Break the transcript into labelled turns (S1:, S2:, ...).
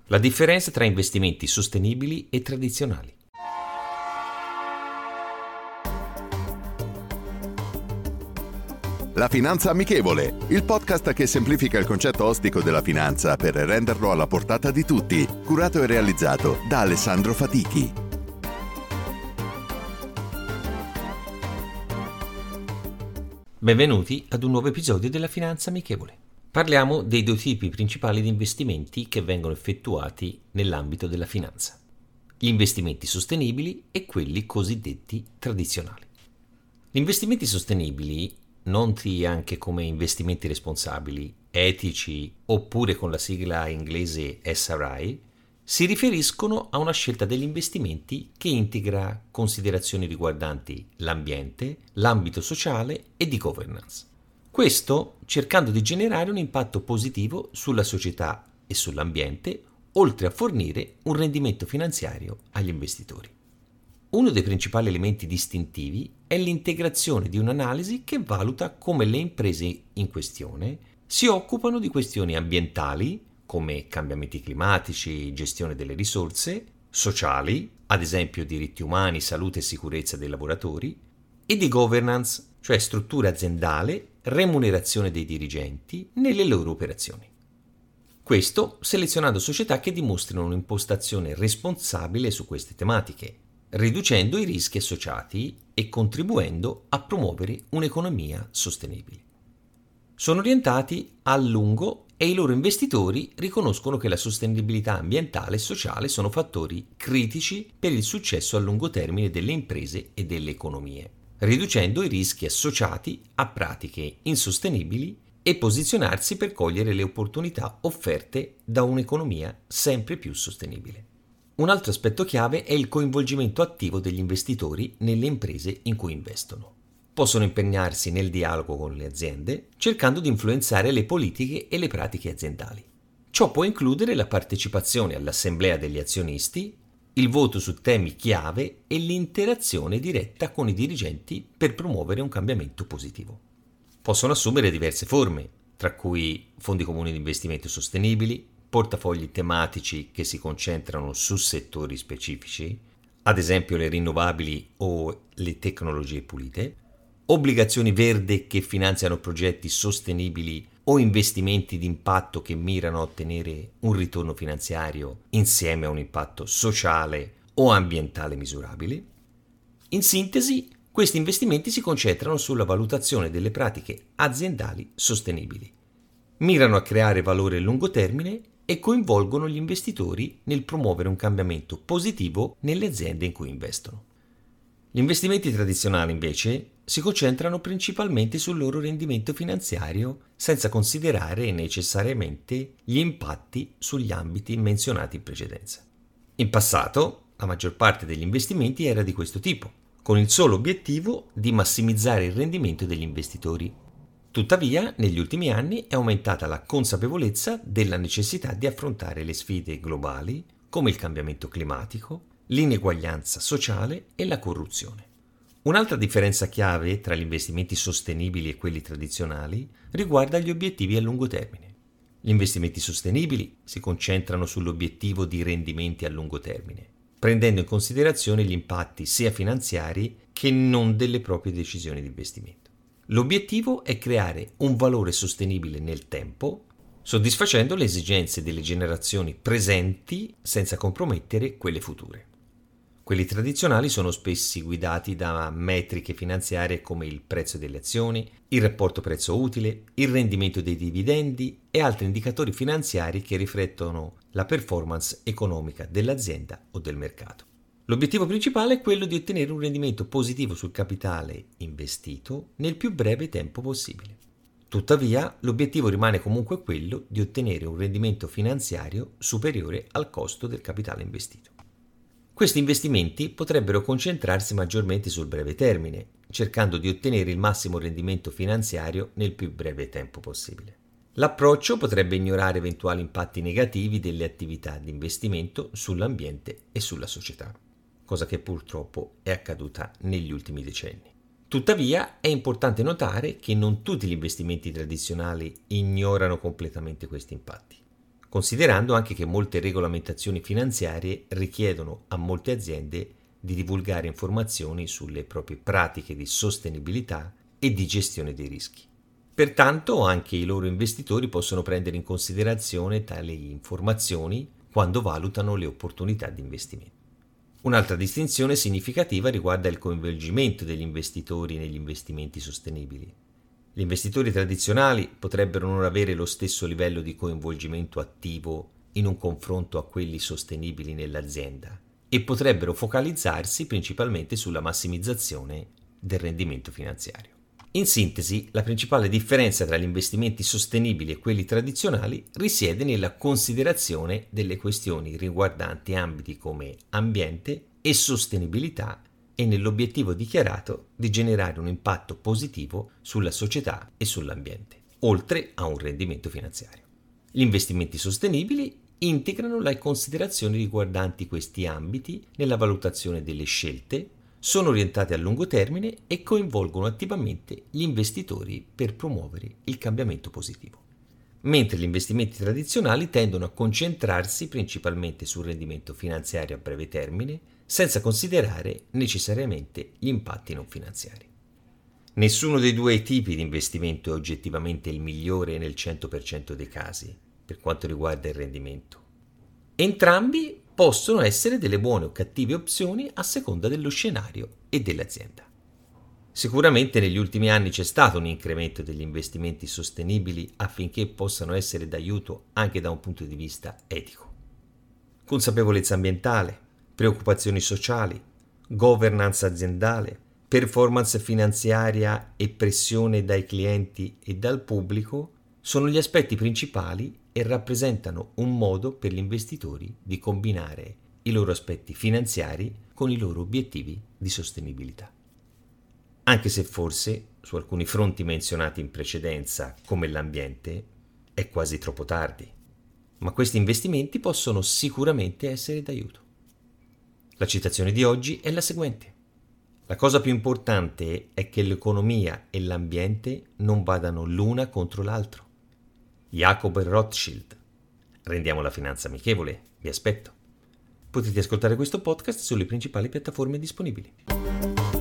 S1: La differenza tra investimenti sostenibili e tradizionali.
S2: La Finanza Amichevole, il podcast che semplifica il concetto ostico della finanza per renderlo alla portata di tutti, curato e realizzato da Alessandro Fatichi.
S1: Benvenuti ad un nuovo episodio della Finanza Amichevole. Parliamo dei due tipi principali di investimenti che vengono effettuati nell'ambito della finanza: gli investimenti sostenibili e quelli cosiddetti tradizionali. Gli investimenti sostenibili, noti anche come investimenti responsabili, etici oppure con la sigla inglese SRI, si riferiscono a una scelta degli investimenti che integra considerazioni riguardanti l'ambiente, l'ambito sociale e di governance. Questo cercando di generare un impatto positivo sulla società e sull'ambiente, oltre a fornire un rendimento finanziario agli investitori. Uno dei principali elementi distintivi è l'integrazione di un'analisi che valuta come le imprese in questione si occupano di questioni ambientali, come cambiamenti climatici, gestione delle risorse, sociali, ad esempio diritti umani, salute e sicurezza dei lavoratori, e di governance, cioè struttura aziendale, remunerazione dei dirigenti nelle loro operazioni. Questo selezionando società che dimostrino un'impostazione responsabile su queste tematiche, riducendo i rischi associati e contribuendo a promuovere un'economia sostenibile. Sono orientati a lungo e i loro investitori riconoscono che la sostenibilità ambientale e sociale sono fattori critici per il successo a lungo termine delle imprese e delle economie, riducendo i rischi associati a pratiche insostenibili e posizionarsi per cogliere le opportunità offerte da un'economia sempre più sostenibile. Un altro aspetto chiave è il coinvolgimento attivo degli investitori nelle imprese in cui investono. Possono impegnarsi nel dialogo con le aziende, cercando di influenzare le politiche e le pratiche aziendali. Ciò può includere la partecipazione all'assemblea degli azionisti, il voto su temi chiave e l'interazione diretta con i dirigenti per promuovere un cambiamento positivo. Possono assumere diverse forme, tra cui fondi comuni di investimento sostenibili, portafogli tematici che si concentrano su settori specifici, ad esempio le rinnovabili o le tecnologie pulite, obbligazioni verde che finanziano progetti sostenibili o investimenti di impatto che mirano a ottenere un ritorno finanziario insieme a un impatto sociale o ambientale misurabile. In sintesi, questi investimenti si concentrano sulla valutazione delle pratiche aziendali sostenibili, mirano a creare valore a lungo termine e coinvolgono gli investitori nel promuovere un cambiamento positivo nelle aziende in cui investono. Gli investimenti tradizionali, invece, si concentrano principalmente sul loro rendimento finanziario senza considerare necessariamente gli impatti sugli ambiti menzionati in precedenza. In passato, la maggior parte degli investimenti era di questo tipo, con il solo obiettivo di massimizzare il rendimento degli investitori. Tuttavia, negli ultimi anni è aumentata la consapevolezza della necessità di affrontare le sfide globali come il cambiamento climatico, l'ineguaglianza sociale e la corruzione. Un'altra differenza chiave tra gli investimenti sostenibili e quelli tradizionali riguarda gli obiettivi a lungo termine. Gli investimenti sostenibili si concentrano sull'obiettivo di rendimenti a lungo termine, prendendo in considerazione gli impatti sia finanziari che non delle proprie decisioni di investimento. L'obiettivo è creare un valore sostenibile nel tempo, soddisfacendo le esigenze delle generazioni presenti senza compromettere quelle future. Quelli tradizionali sono spesso guidati da metriche finanziarie come il prezzo delle azioni, il rapporto prezzo-utile, il rendimento dei dividendi e altri indicatori finanziari che riflettono la performance economica dell'azienda o del mercato. L'obiettivo principale è quello di ottenere un rendimento positivo sul capitale investito nel più breve tempo possibile. Tuttavia, l'obiettivo rimane comunque quello di ottenere un rendimento finanziario superiore al costo del capitale investito. Questi investimenti potrebbero concentrarsi maggiormente sul breve termine, cercando di ottenere il massimo rendimento finanziario nel più breve tempo possibile. L'approccio potrebbe ignorare eventuali impatti negativi delle attività di investimento sull'ambiente e sulla società, cosa che purtroppo è accaduta negli ultimi decenni. Tuttavia, è importante notare che non tutti gli investimenti tradizionali ignorano completamente questi impatti. considerando anche che molte regolamentazioni finanziarie richiedono a molte aziende di divulgare informazioni sulle proprie pratiche di sostenibilità e di gestione dei rischi. Pertanto anche i loro investitori possono prendere in considerazione tali informazioni quando valutano le opportunità di investimento. Un'altra distinzione significativa riguarda il coinvolgimento degli investitori negli investimenti sostenibili. Gli investitori tradizionali potrebbero non avere lo stesso livello di coinvolgimento attivo in un confronto a quelli sostenibili nell'azienda e potrebbero focalizzarsi principalmente sulla massimizzazione del rendimento finanziario. In sintesi, la principale differenza tra gli investimenti sostenibili e quelli tradizionali risiede nella considerazione delle questioni riguardanti ambiti come ambiente e sostenibilità e nell'obiettivo dichiarato di generare un impatto positivo sulla società e sull'ambiente, oltre a un rendimento finanziario. Gli investimenti sostenibili integrano le considerazioni riguardanti questi ambiti nella valutazione delle scelte, sono orientate a lungo termine e coinvolgono attivamente gli investitori per promuovere il cambiamento positivo. Mentre gli investimenti tradizionali tendono a concentrarsi principalmente sul rendimento finanziario a breve termine, senza considerare necessariamente gli impatti non finanziari. Nessuno dei due tipi di investimento è oggettivamente il migliore nel 100% dei casi, per quanto riguarda il rendimento. Entrambi possono essere delle buone o cattive opzioni a seconda dello scenario e dell'azienda. Sicuramente negli ultimi anni c'è stato un incremento degli investimenti sostenibili affinché possano essere d'aiuto anche da un punto di vista etico. Consapevolezza ambientale, preoccupazioni sociali, governance aziendale, performance finanziaria e pressione dai clienti e dal pubblico sono gli aspetti principali e rappresentano un modo per gli investitori di combinare i loro aspetti finanziari con i loro obiettivi di sostenibilità. Anche se forse su alcuni fronti menzionati in precedenza, come l'ambiente, è quasi troppo tardi, ma questi investimenti possono sicuramente essere d'aiuto. La citazione di oggi è la seguente: la cosa più importante è che l'economia e l'ambiente non vadano l'una contro l'altro. Jacob Rothschild. Rendiamo la finanza amichevole, vi aspetto. Potete ascoltare questo podcast sulle principali piattaforme disponibili.